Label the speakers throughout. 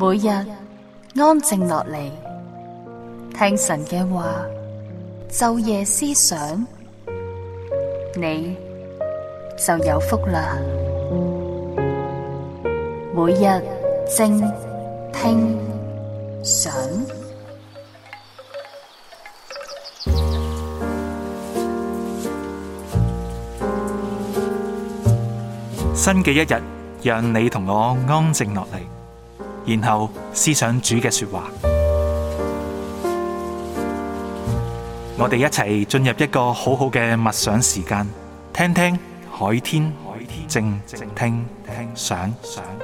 Speaker 1: 每日安靜落嚟，聽神嘅話，晝夜思想，你就有福啦。每日靜聽想，
Speaker 2: 新嘅一日，讓你同我安靜落嚟，然後思想主嘅說話。我哋一齊進入一個好好嘅默想時間，聽聽海天，靜聽想。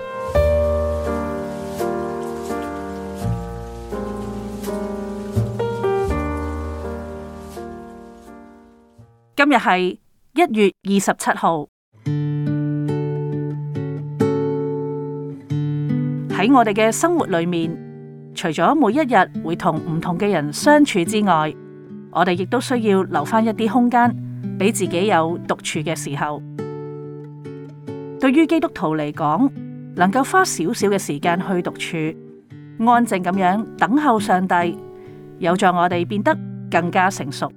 Speaker 3: 今日係1月27號。喺我哋嘅生活裏面，除咗每一日會同唔同嘅人相處之外，我哋亦都需要留返一啲空間，俾自己有獨處嘅時候。對於基督徒嚟講，能夠花少少嘅時間去獨處，安靜咁樣等候上帝，有助我哋變得更加成熟。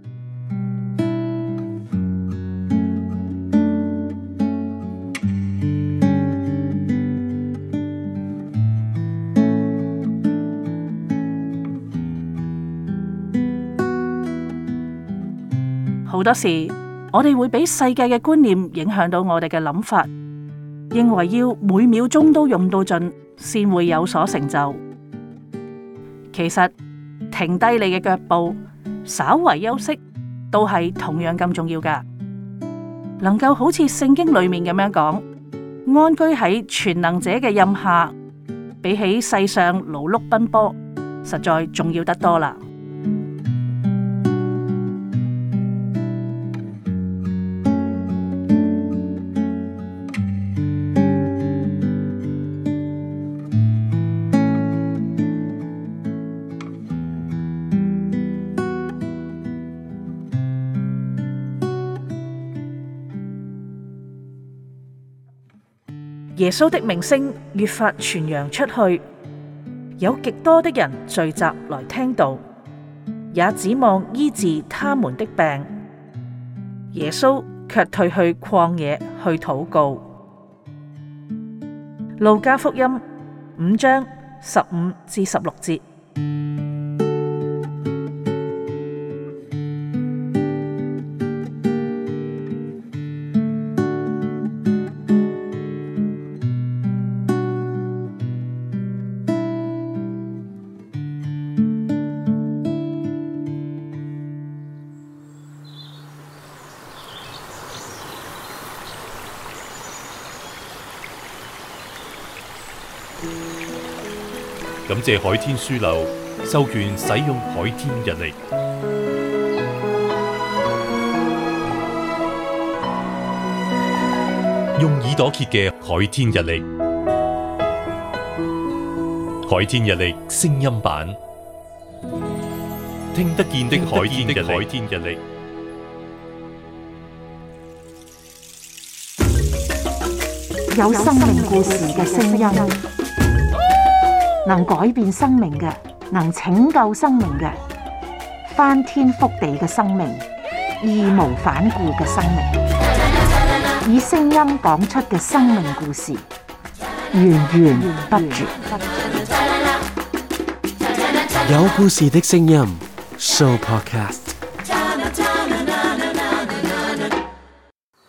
Speaker 3: 好多時，我哋會俾世界嘅觀念影響到我哋嘅諗法，認為要每秒鐘都用到盡，先會有所成就。其實，停低你嘅腳步，稍為休息，都係同樣咁重要㗎。能夠好似聖經裏面咁樣講，安居喺全能者嘅蔭下，比起世上勞碌奔波，實在重要得多啦。耶穌的名聲越發傳揚出去，有極多的人聚集來聽道，也指望醫治他們的病。耶穌卻退去曠野去禱告。路加福音5章15至16節。
Speaker 4: 感謝海天書樓授權使用海天日曆，用耳朵揭嘅海天日曆，海天日曆聲音版，聽得見的海天日曆。
Speaker 5: 有生命故事嘅聲音，能改變生命嘅，能拯救生命嘅，翻天覆地嘅生命，義無反顧嘅生命，以聲音講出嘅生命故事，源源不絕。
Speaker 6: 有故事的聲音 Show Podcast。